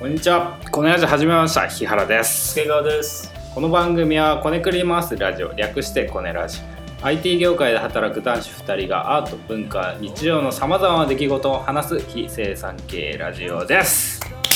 こんにちは。コネラジ始めました。日原です。 助川です。 この番組はコネクリ回すラジオ、略してコネラジ。IT 業界で働く男子2人がアート、文化、日常のさまざまな出来事を話す非生産系ラジオです。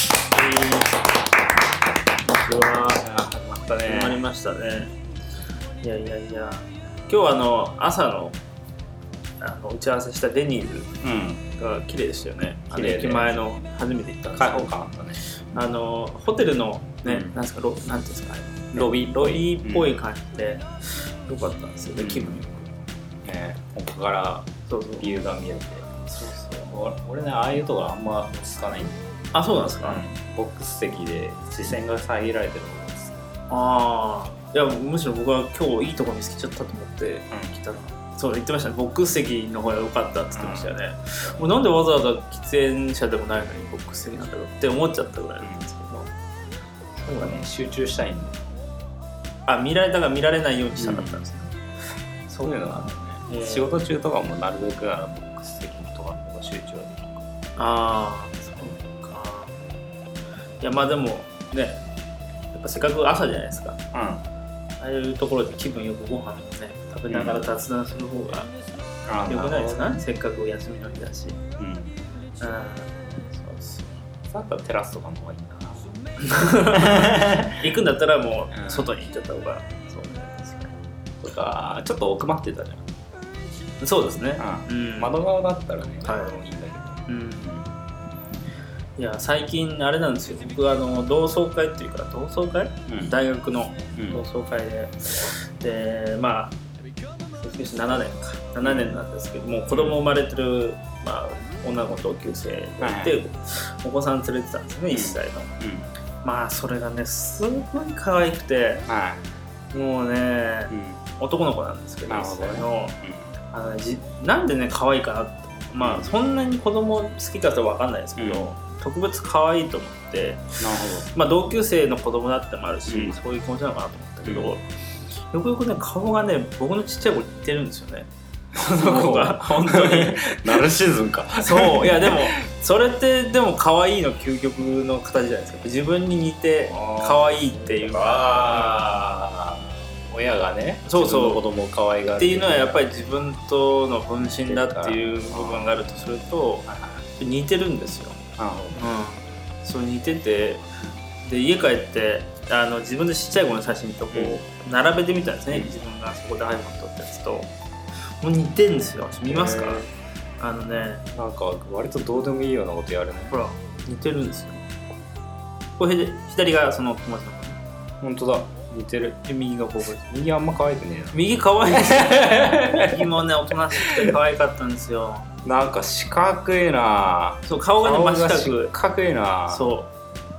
こんにちは。 始まったね。 始まりましたね。いや今日は朝の打ち合わせしたデニーズが綺麗でしたよね。駅前の初めて行ったんですけど、 開放感あったね。 ホテルのね、なんですかなんていうんですか、ロビーっぽい感じで良かったんですよね、気分よく。 ね、ここからビューが見えて。俺ね、ああいうところあんま落ち着かないんだよ。 あ、そうなんですか。 ボックス席で視線が遮られてるところです。 いや、むしろ僕は今日いいとこ見つけちゃったと思って来たら、そう言ってましたね。ボックス席の方が良かったって言ってましたよね。もうなんでわざわざ喫煙者でもないのにボックス席なんだろうって思っちゃったぐらいなんですけど、 そうだね、集中したいんで。 見られないようにしたかったんですね。 そういうのなんだよね。仕事中とかもなるべくならボックス席とかの方が集中できるか。 そうか。いや、まあでもね、やっぱせっかく朝じゃないですか。ああいうところで気分よくご飯をね食べながら雑談する方が良くないですか、せっかくお休みの日だし。そうそう。 だったらテラスとかの方がいいな。 行くんだったらもう外に行っちゃった方が、そうね。 とかちょっと奥まってたじゃん。 そうですね。 窓側だったらね、いいんだけど。 いや、最近あれなんですよ。僕同窓会っていうか大学の同窓会で、まあ卒業して7年なんですけども、子供生まれてる、女の子同級生がいて、お子さん連れてたんですよね、1歳の。まあそれがねすごい可愛くて、もうね、男の子なんですけど、なんでね可愛いかなって、そんなに子供好きかとは分かんないですけど、特別可愛いと思って、同級生の子供だってもあるし、そういう気持ちなのかなと思ったけど、よくよくね顔がね僕のちっちゃい子に似てるんですよね。その子が本当にナルシズムか。 そう。いやでもそれってでも可愛いの究極の形じゃないですか。自分に似て可愛いっていうか、 親がね、 そう自分の子供を可愛がるっていうのはやっぱり自分との分身だっていう部分があるとすると似てるんですよ。そう似てて、で家帰って自分でちっちゃい子の写真とこう並べてみたんですね。自分がそこで iPhone 撮ったやつともう似てるんですよ。見ますか？なんか割とどうでもいいようなことやるね。 ほら似てるんですよ。これ左がその友達の子。 本当だ、似てる。 右が僕です。 右あんま可愛くねえな。 右可愛いです。右もねおとなしくて可愛かったんですよ。 なんか四角いな。 そう、顔がね真四角いな。 そう。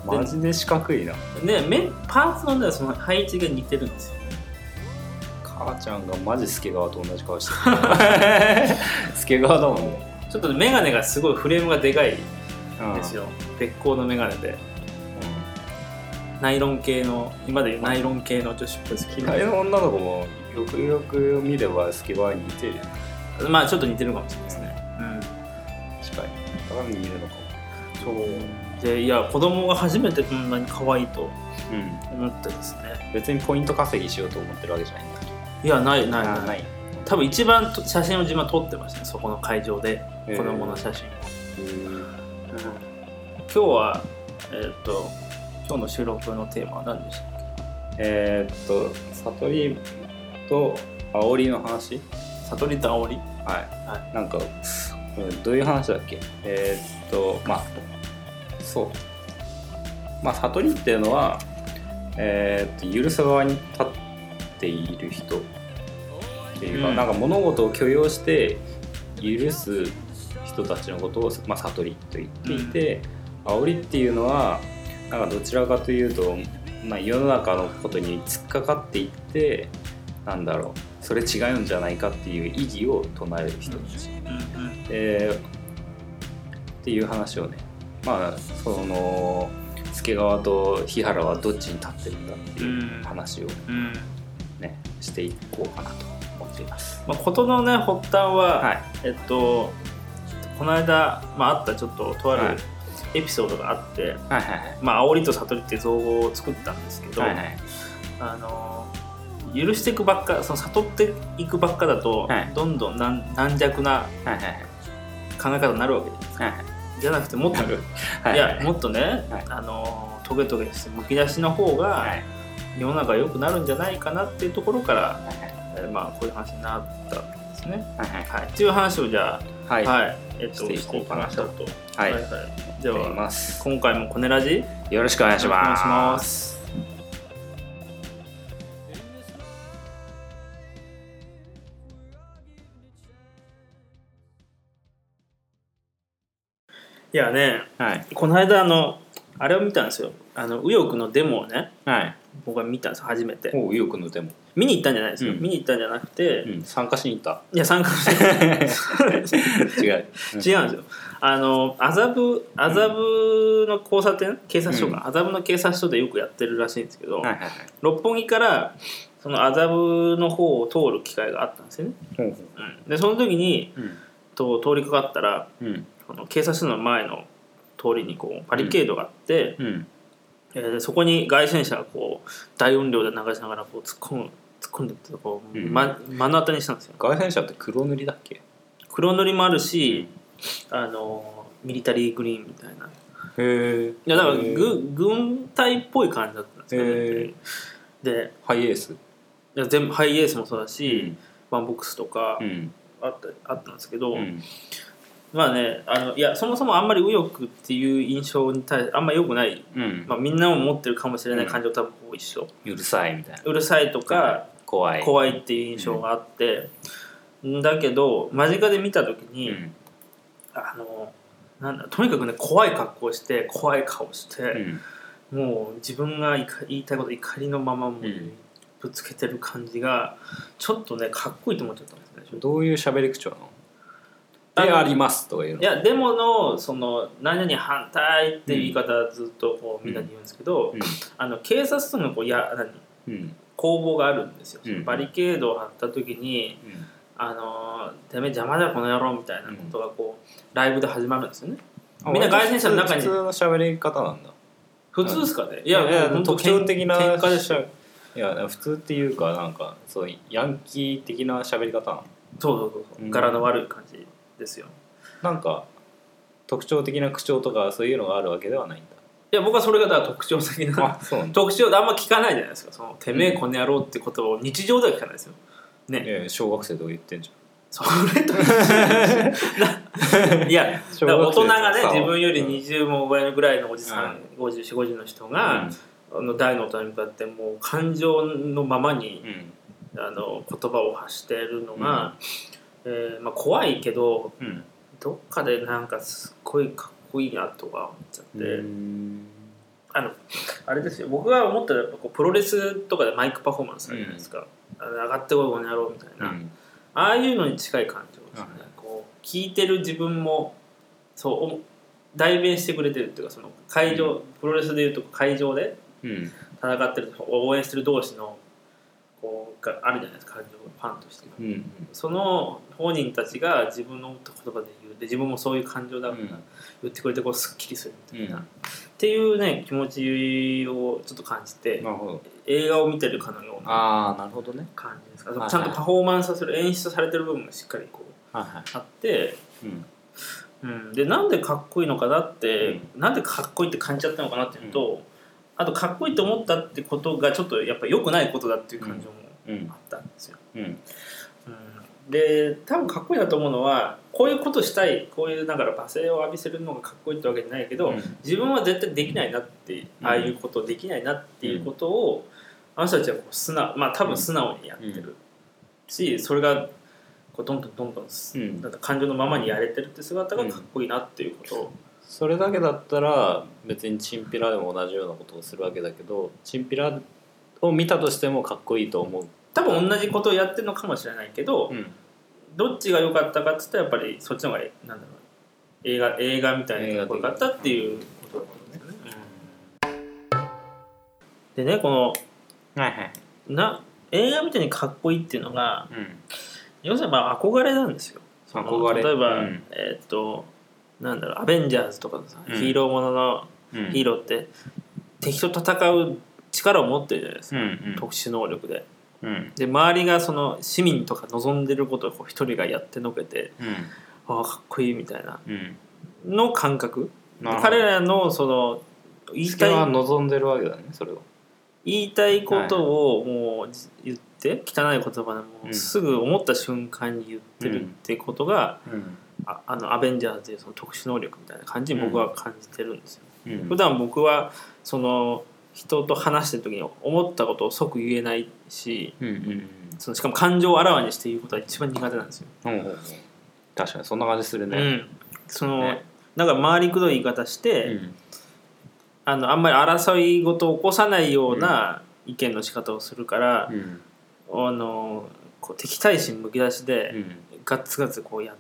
マジで四角いな。 ね、パーツのねその配置が似てるんですよ。 母ちゃんがマジスケ川と同じ顔してる。スケ川だもんね。 ちょっとメガネがすごいフレームがでかいんですよ。別光のメガネで。ナイロン系の、今でいうナイロン系の女子っぽいですけど。 あの女の子もよくよく見ればスケ川に似てるよね。 ちょっと似てるかもしれないですね。 近い。鏡にいるのかも。 そうで、いや子供が初めてこんなに可愛いと思ってですね。 別にポイント稼ぎしようと思ってるわけじゃないんだ。いや、ない。多分一番写真を自分は撮ってましたね、そこの会場で子供の写真を。今日は今日の収録のテーマは何でしたっけ？ 悟りと煽りの話？ 悟りと煽り？ はい。なんかどういう話だっけ？そう。悟りっていうのは許す側に立っている人っていうか、なんか物事を許容して許す人たちのことを悟りと言っていて、煽りっていうのはなんかどちらかというと、世の中のことに突っかかっていって、それ違うんじゃないかっていう意義を唱える人たち、っていう話をね、助川と日原はどっちに立ってるんだっていう話をね、していこうかなと思っています。 事のね発端は、この間、あったちょっととあるエピソードがあって、 はいはいはい、 まあ煽りと悟りっていう造語を作ったんですけど、 はいはい、 許していくばっか、その悟っていくばっかだと、はい、どんどん軟弱な考え方になるわけです、はいはい、じゃなくてもっといやもっとね、はい、トゲトゲしてむき出しの方が、はい、世の中良くなるんじゃないかなっていうところから、はいはい、まあこういう話になったんですね、はいはいはい、っていう話をじゃあ、はいはい、していこうかなと、はいはいはい、では今回もコネラジよろしくお願いします。 いやね、はい、この間あれを見たんですよ。右翼のデモをね、はい、僕は見たんです初めて。 右翼のデモ見に行ったんじゃないですよ、見に行ったんじゃなくて、 参加しに行った。 いや参加しに行った違うんですよ。麻布の交差点、警察署か、麻布の警察署でよくやってるらしいんですけど、はいはいはい、六本木からその麻布の方を通る機会があったんですよね、でその時に、通りかかったら、警察署の前の通りにこうバリケードがあって、そこに街宣車がこう大音量で流しながらこう突っ込んでってこう、目の当たりにしたんですよ。 街宣車って黒塗りだっけ？ 黒塗りもあるし、ミリタリーグリーンみたいな。へえ。いやだから軍隊っぽい感じだったんですよね。でハイエース？いや全部ハイエースもそうだし、ワンボックスとかあったんですけど。まあね、いやそもそもあんまり右翼っていう印象に対してあんまり良くない、まあ、みんなも持ってるかもしれない感情多分一緒、 うるさいみたいな、 うるさいとか怖いっていう印象があって、だけど間近で見た時に、なんだとにかくね怖い格好して怖い顔して、もう自分が言いたいこと怒りのままもぶつけてる感じがちょっとねかっこいいと思っちゃったんですね。 どういう喋り口調なの？でありますとかいうの？ いやデモのその何々反対っていう言い方ずっとこうみんなに言うんですけど、警察とのこう攻防があるんですよ。バリケードを張った時に、てめえ邪魔だよこの野郎みたいなことがこうライブで始まるんですよね。みんな街宣車の中に普通の喋り方なんだ。 普通ですかね？ いや特徴的な喧嘩でしょ。いや普通っていうかなんかそうヤンキー的な喋り方なの。 そう柄の悪い感じですよ。 なんか特徴的な口調とかそういうのがあるわけではないんだ。 いや僕はそれがだから特徴的な特徴であんま聞かないじゃないですか。そのてめえこの野郎って言葉を日常では聞かないですよね。 小学生とか言ってんじゃん。 それといや大人がね自分より20も上ぐらいのおじさん、50、50の人が、大の大人に向かってもう感情のままに、言葉を発しているのが、まあ、怖いけど、どっかでなんかすっごいかっこいいなとか思っちゃって、あれですよ僕が思ったらプロレスとかでマイクパフォーマンスあるじゃないですか、上がってこいこの野郎みたいな、ああいうのに近い感情ですね。こう聞いてる自分もそう代弁してくれてるっていうかその会場、プロレスでいうと会場で戦ってる応援してる同士のこうがあるじゃないですか感情ファンとして、その本人たちが自分の言葉で言うで自分もそういう感情だから言ってくれてこうすっきりするみたいな、っていうね気持ちをちょっと感じて、映画を見てるかのような感じですか。ちゃんとパフォーマンスする演出されてる部分がしっかりこうあって、でなんでかっこいいのかなって、なんでかっこいいって感じちゃったのかなっていうと、あとかっこいいと思ったってことがちょっとやっぱ良くないことだっていう感情もあったんですよ。で多分かっこいいなと思うのはこういうことしたいこういうだから罵声を浴びせるのがかっこいいってわけじゃないけど、自分は絶対できないなって、ああいうことできないなっていうことを、あの人たちはこうまあ多分素直にやってるし、それがこうどんどんなんか感情のままにやれてるって姿がかっこいいなっていうことを、 それだけだったら別にチンピラでも同じようなことをするわけだけど、チンピラを見たとしてもかっこいいと思う。 多分同じことをやってるのかもしれないけど、どっちが良かったかって言ったらやっぱりそっちの方がなんだろう映画みたいなかっこよかったっていうことだと思うんですよね。でねこの、映画みたいにかっこいいっていうのが、要するにまあ憧れなんですよ。例えば、 なんだろうアベンジャーズとかのさ、ヒーローもののヒーローって敵と戦う力を持ってるじゃないですか、特殊能力で。で周りがその市民とか望んでることを一人がやってのけて、ああかっこいいみたいなの感覚、彼らのその言いたいは望んでるわけだね。それを言いたいことをもう言って汚い言葉でもすぐ思った瞬間に言ってるってことが、アベンジャーズというその特殊能力みたいな感じに僕は感じてるんですよ。普段僕はその人と話してる時に思ったことを即言えないし、そのしかも感情をあらわにして言うことは一番苦手なんですよ。 確かにそんな感じするね。 そのなんか回りくどい言い方して、あんまり争い事を起こさないような意見の仕方をするから、こう敵対心むき出しで、ガッツガツこうやって、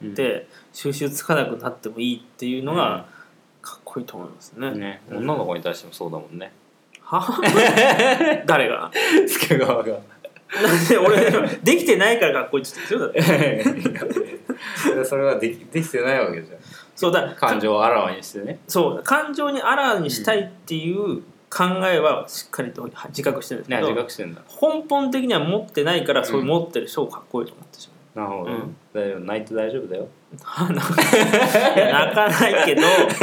収集つかなくなってもいいっていうのがかっこいいと思いますね。 女の子に対してもそうだもんね。 は誰が助川が俺できてないからかっこいいって言ってるよ。だってそれはできてないわけじゃん。 そうだ、 感情をあらわにしてね。 そう感情にあらわにしたいっていう考えはしっかりと自覚してるんですけど、 自覚してんだ。 根本的には持ってないから、そういう持ってる人をかっこいいと思ってしまう。 なるほど、大丈夫、泣いて大丈夫だよ。 泣かないけど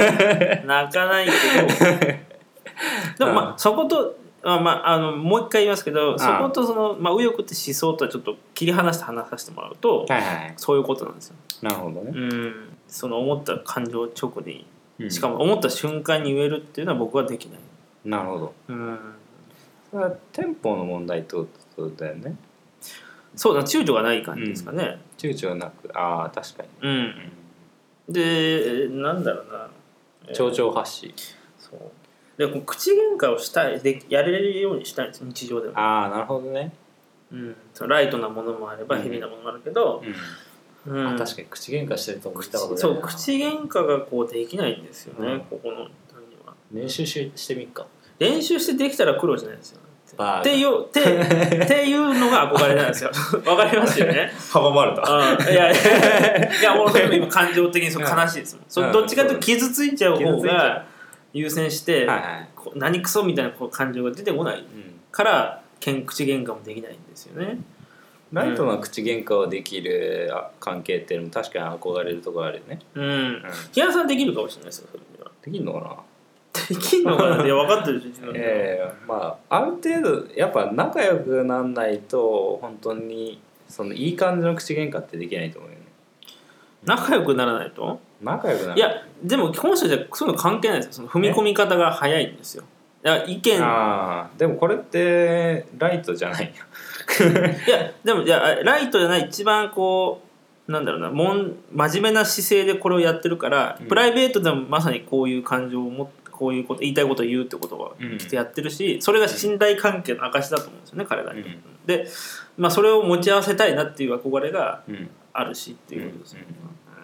でもまあそこともう一回言いますけど、そことその、右翼って思想とはちょっと切り離して話させてもらうと、そういうことなんですよ。 なるほどね。 その思った感情直に、しかも思った瞬間に言えるっていうのは僕はできない。 なるほど。それはテンポの問題ってことだよね。 そうだ、躊躇がない感じですかね。 躊躇はなく、確かに。で、なんだろうな。 丁々発し。 そう。で口喧嘩をしたいでやれるようにしたいんですよ、日常でも。 なるほどね。 そのライトなものもあればヘビーなものもあるけど、 確かに口喧嘩してると思ったことない。 そう、口喧嘩がこうできないんですよね、ここの単には。 練習してみっか。 練習してできたら苦労じゃないですよ。っていうのが憧れなんですよ。わかりますよね。 阻まれた。 いや俺今感情的に悲しいですもん。どっちかというと傷ついちゃう方が優先して、何クソみたいな感情が出てこないから、口喧嘩もできないんですよね。 ライトな口喧嘩はできる関係っていうのも確かに憧れるところあるよね。 木原さんできるかもしれないですよ。 できるのかな。 できんのかな。いや分かってるでしょ。 ある程度やっぱ仲良くなんないと本当にそのいい感じの口喧嘩ってできないと思うよね。 仲良くならないと。 仲良くならない。 いやでもこの人じゃそういうの関係ないですよ。その踏み込み方が早いんですよ。意見でもこれってライトじゃないよ。 いやライトじゃない一番こうなんだろうな真面目な姿勢でこれをやってるから、プライベートでもまさにこういう感情を持ってこういうこと言いたいことを言うってことはきっとやってるし、それが信頼関係の証だと思うんですよね、彼らに。で、それを持ち合わせたいなっていう憧れがあるしっていうことですね。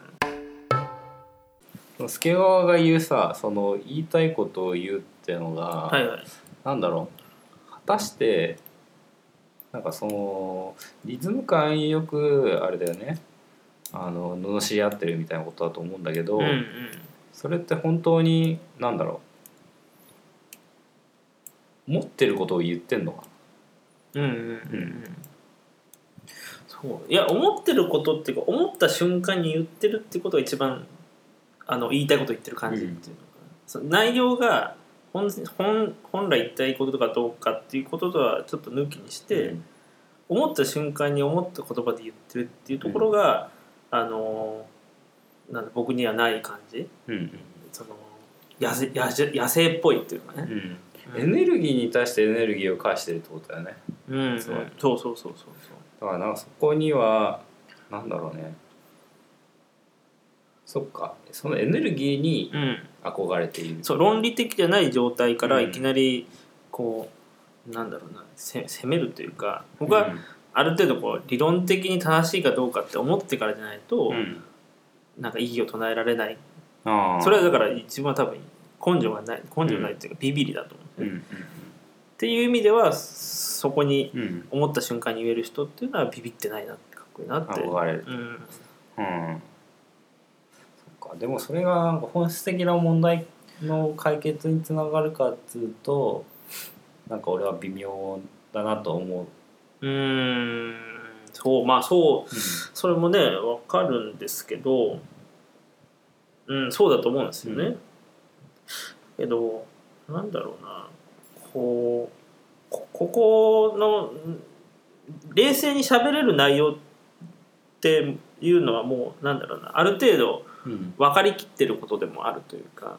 助川が言うさ、その言いたいことを言うっていうのが、なんだろう、果たしてなんかそのリズム感よくあれだよね、罵り合ってるみたいなことだと思うんだけど、それって本当になんだろう、持ってることを言ってんのかな。 そういや思ってることっていうか思った瞬間に言ってるってことが一番言いたいことを言ってる感じっていうのかな。その内容が本来言いたいことかどうかっていうこととはちょっと抜きにして、思った瞬間に思った言葉で言ってるっていうところが、なん僕にはない感じ、その野生っぽいっていうかね、 エネルギーに対してエネルギーを返してるってことだよね。 そうだからなんかそこにはなんだろうね、そっか、そのエネルギーに憧れている、 そう論理的じゃない状態からいきなりこう、なんだろうな、攻めるというか、僕はある程度こう理論的に正しいかどうかって思ってからじゃないと、なんか異議を唱えられない。それはだから一番多分根性ないっていうかビビりだと思う、っていう意味ではそこに思った瞬間に言える人っていうのはビビってないなってかっこいいなって憧れる。そっか。 か。でもそれがなんか本質的な問題の解決につながるかっつうとなんか俺は微妙だなと思う。 そうまあそう、それもね分かるんですけど、そうだと思うんですよね。けどなんだろうな、ここの冷静に喋れる内容っていうのはもうなんだろうな、ある程度分かりきってることでもあるというか、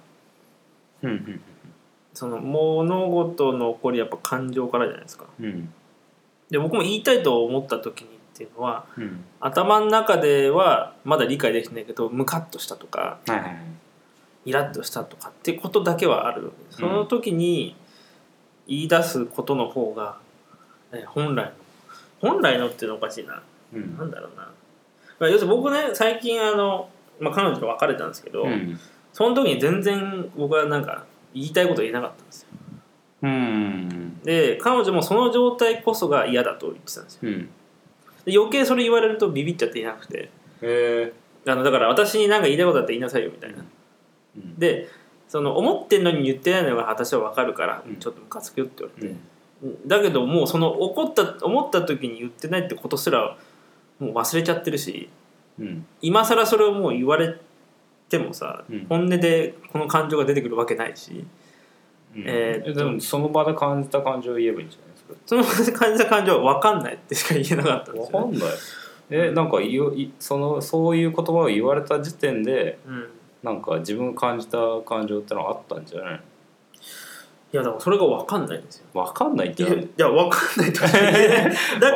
その物事の起こりやっぱ感情からじゃないですか。で僕も言いたいと思った時にっていうのは、頭の中ではまだ理解できないけどムカッとしたとか、イラッとしたとかってことだけはある。その時に言い出すことの方が、本来のっていうのはおかしいな、なんだろうな、要するに僕ね最近彼女と別れたんですけど、その時に全然僕はなんか言いたいこと言えなかったんですよ。で彼女もその状態こそが嫌だと言ってたんですよ。で余計それ言われるとビビっちゃっていなくて、だから私に何か言いたいことだって言いなさいよみたいな。でその思ってんのに言ってないのが私は分かるから、ちょっとムカつくよって言われて、だけどもうその思った時に言ってないってことすらもう忘れちゃってるし、今更それをもう言われてもさ、本音でこの感情が出てくるわけないし、 でもその場で感じた感情を言えばいいんじゃないですか。 その場で感じた感情は分かんないってしか言えなかったんですよね。 分かんない。なんかそういう言葉を言われた時点で、なんか自分が感じた感情ってのはあったんじゃないの？ いやだからそれが分かんないんですよ。 分かんないって。 いや分かんないとだ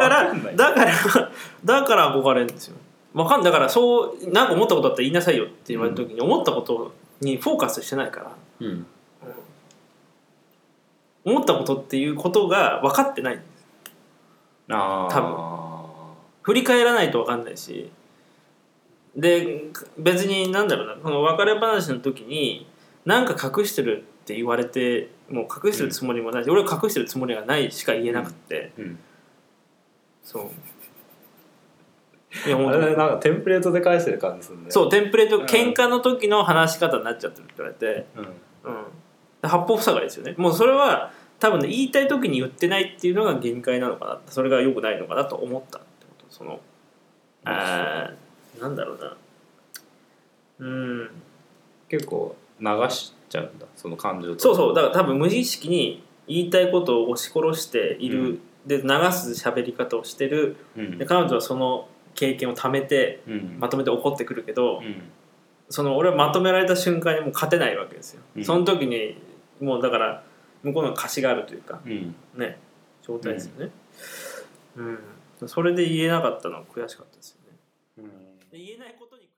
から憧れるんですよ。だからそうなんか思ったことだったら言いなさいよって言われた時に、思ったことにフォーカスしてないから、思ったことっていうことが分かってないんです。多分振り返らないと分かんないし、で別になんだろうな、この別れ話の時になんか隠してるって言われてもう隠してるつもりもないし、俺は隠してるつもりがないしか言えなくて、そういやあれなんかテンプレートで返してる感じするね。 そうテンプレート、喧嘩の時の話し方になっちゃってるって言われて、八方塞がりですよね。もうそれは多分ね、言いたい時に言ってないっていうのが限界なのかな、それが良くないのかなと思ったってこと。そのなんだろうな、 結構流しちゃうんだその感情と。 そうだから多分無意識に言いたいことを押し殺している、で流す喋り方をしてる、で彼女はその経験を貯めて、まとめて怒ってくるけど、その俺はまとめられた瞬間にもう勝てないわけですよ、その時にもうだから向こうの貸しがあるというか、ね状態ですよね、それで言えなかったのは悔しかったですよね、言えないことに